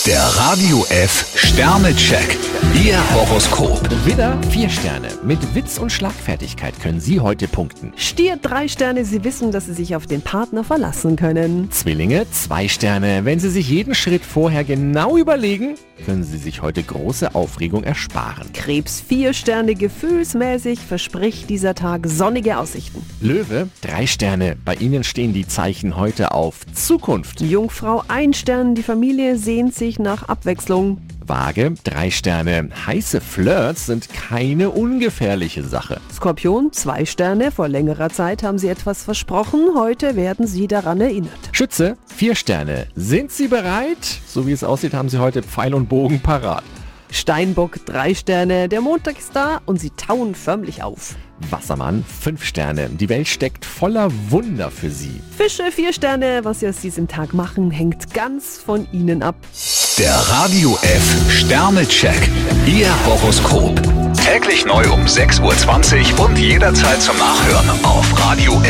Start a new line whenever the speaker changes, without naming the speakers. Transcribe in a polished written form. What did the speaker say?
Der Radio F Sternecheck. Ihr Horoskop.
Widder, 4 Sterne. Mit Witz und Schlagfertigkeit können Sie heute punkten.
Stier, 3 Sterne, Sie wissen, dass Sie sich auf den Partner verlassen können.
Zwillinge, 2 Sterne. Wenn Sie sich jeden Schritt vorher genau überlegen, können Sie sich heute große Aufregung ersparen.
Krebs, 4 Sterne, gefühlsmäßig verspricht dieser Tag sonnige Aussichten.
Löwe, 3 Sterne. Bei Ihnen stehen die Zeichen heute auf Zukunft.
Jungfrau, 1 Stern, die Familie sehnt sich nach Abwechslung.
Waage, 3 Sterne. Heiße Flirts sind keine ungefährliche Sache.
Skorpion, 2 Sterne, vor längerer Zeit haben Sie etwas versprochen, heute werden Sie daran erinnert.
Schütze, 4 Sterne. Sind Sie bereit? So wie es aussieht, haben Sie heute Pfeil und Bogen parat.
Steinbock, 3 Sterne, der Montag ist da und Sie tauen förmlich auf.
Wassermann, 5 Sterne. Die Welt steckt voller Wunder für Sie.
Fische, 4 Sterne, was Sie aus diesem Tag machen, hängt ganz von Ihnen ab.
Der Radio F Sternecheck. Ihr Horoskop. Täglich neu um 6:20 Uhr und jederzeit zum Nachhören auf Radio